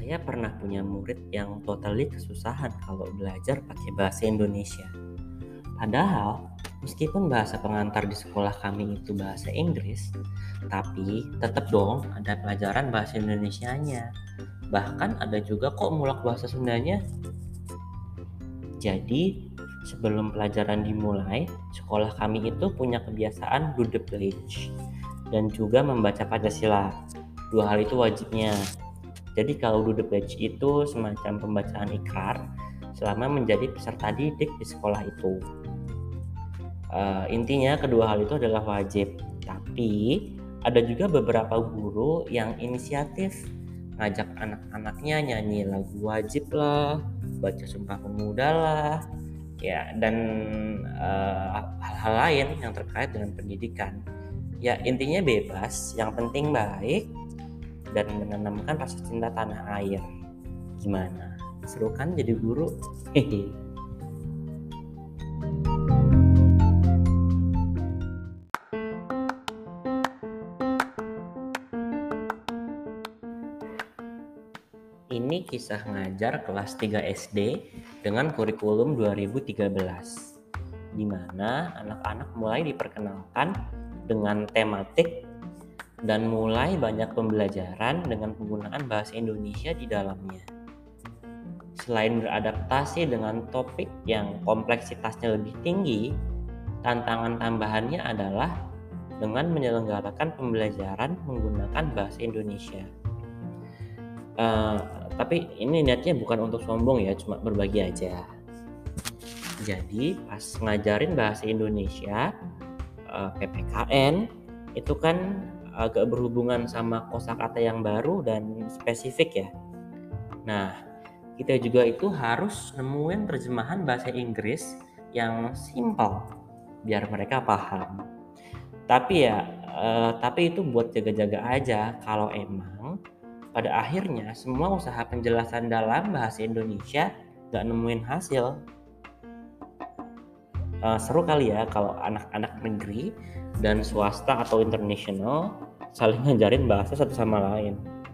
Saya pernah punya murid yang totally kesusahan kalau belajar pakai bahasa Indonesia. Padahal, meskipun bahasa pengantar di sekolah kami itu bahasa Inggris, tapi tetap dong ada pelajaran bahasa Indonesianya. Bahkan ada juga kok mulak bahasa Sundanya. Jadi, sebelum pelajaran dimulai, sekolah kami itu punya kebiasaan do the pledge dan juga membaca Pancasila. Dua hal itu wajibnya. Jadi kalau do the pledge itu semacam pembacaan ikrar selama menjadi peserta didik di sekolah itu. Intinya kedua hal itu adalah wajib. Tapi ada juga beberapa guru yang inisiatif ngajak anak-anaknya nyanyi lagu wajib lah, baca Sumpah Pemuda lah, ya dan hal-hal lain yang terkait dengan pendidikan. Ya intinya bebas, yang penting baik dan menanamkan rasa cinta tanah air. Gimana? Seru kan jadi guru? Hehe. Ini kisah ngajar kelas 3 SD dengan kurikulum 2013, di mana anak-anak mulai diperkenalkan dengan tematik dan mulai banyak pembelajaran dengan penggunaan bahasa Indonesia di dalamnya. Selain beradaptasi dengan topik yang kompleksitasnya lebih tinggi, tantangan tambahannya adalah dengan menyelenggarakan pembelajaran menggunakan bahasa Indonesia. Tapi ini niatnya bukan untuk sombong ya, cuma berbagi aja. Jadi pas ngajarin bahasa Indonesia PPKN itu kan agak berhubungan sama kosakata yang baru dan spesifik ya. Nah, kita juga itu harus nemuin terjemahan bahasa Inggris yang simple biar mereka paham. Tapi itu buat jaga-jaga aja kalau emang pada akhirnya semua usaha penjelasan dalam bahasa Indonesia gak nemuin hasil. Seru kali ya kalau anak-anak negeri dan swasta atau internasional saling ngajarin bahasa satu sama lain.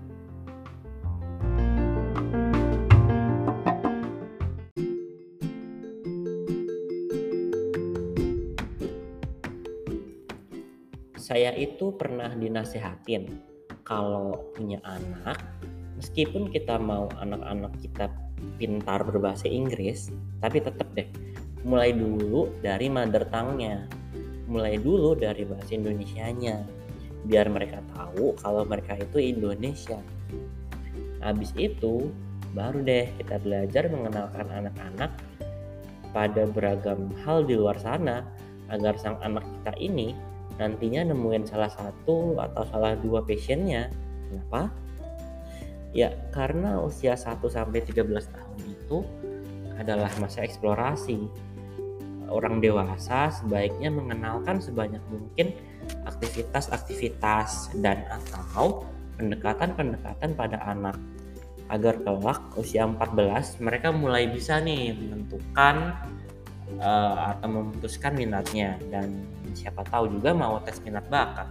Saya itu pernah dinasehatin kalau punya anak, meskipun kita mau anak-anak kita pintar berbahasa Inggris, tapi tetap deh mulai dulu dari mother tongue-nya, mulai dulu dari bahasa Indonesianya, biar mereka tahu kalau mereka itu Indonesia. Habis itu baru deh kita belajar mengenalkan anak-anak pada beragam hal di luar sana agar sang anak kita ini nantinya nemuin salah satu atau salah dua passionnya. Kenapa? Ya karena usia 1-13 tahun itu adalah masa eksplorasi. Orang dewasa sebaiknya mengenalkan sebanyak mungkin aktivitas-aktivitas dan atau pendekatan-pendekatan pada anak agar kelak usia 14 mereka mulai bisa nih menentukan atau memutuskan minatnya dan siapa tahu juga mau tes minat bakat.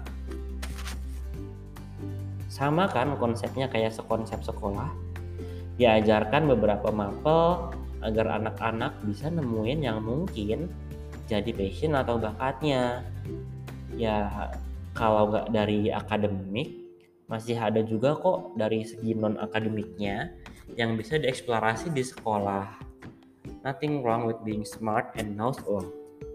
Sama kan konsepnya kayak sekonsep sekolah, diajarkan beberapa mapel agar anak-anak bisa nemuin yang mungkin jadi passion atau bakatnya. Ya kalau nggak dari akademik, masih ada juga kok dari segi non-akademiknya yang bisa dieksplorasi di sekolah. Nothing wrong with being smart and knows all.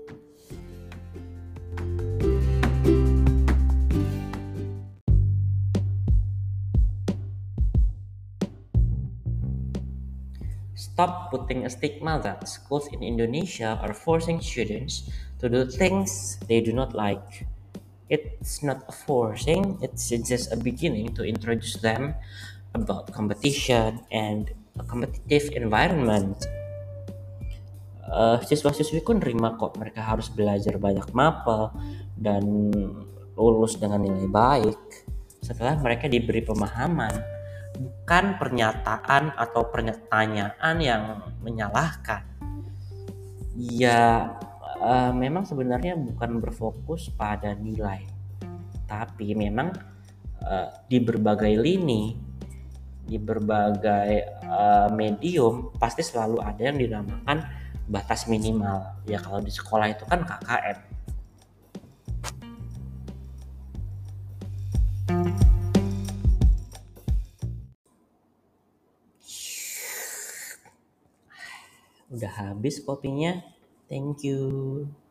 Stop putting a stigma that schools in Indonesia are forcing students to do things they do not like. It's not a forcing, it's just a beginning to introduce them about competition and a competitive environment. Siswa-siswiku nerima kok mereka harus belajar banyak mapel dan lulus dengan nilai baik setelah mereka diberi pemahaman, bukan pernyataan atau pertanyaan yang menyalahkan. Ya memang sebenarnya bukan berfokus pada nilai, tapi memang di berbagai lini di berbagai medium pasti selalu ada yang dinamakan batas minimal. Ya kalau di sekolah itu kan KKM. Udah habis kopinya. Thank you.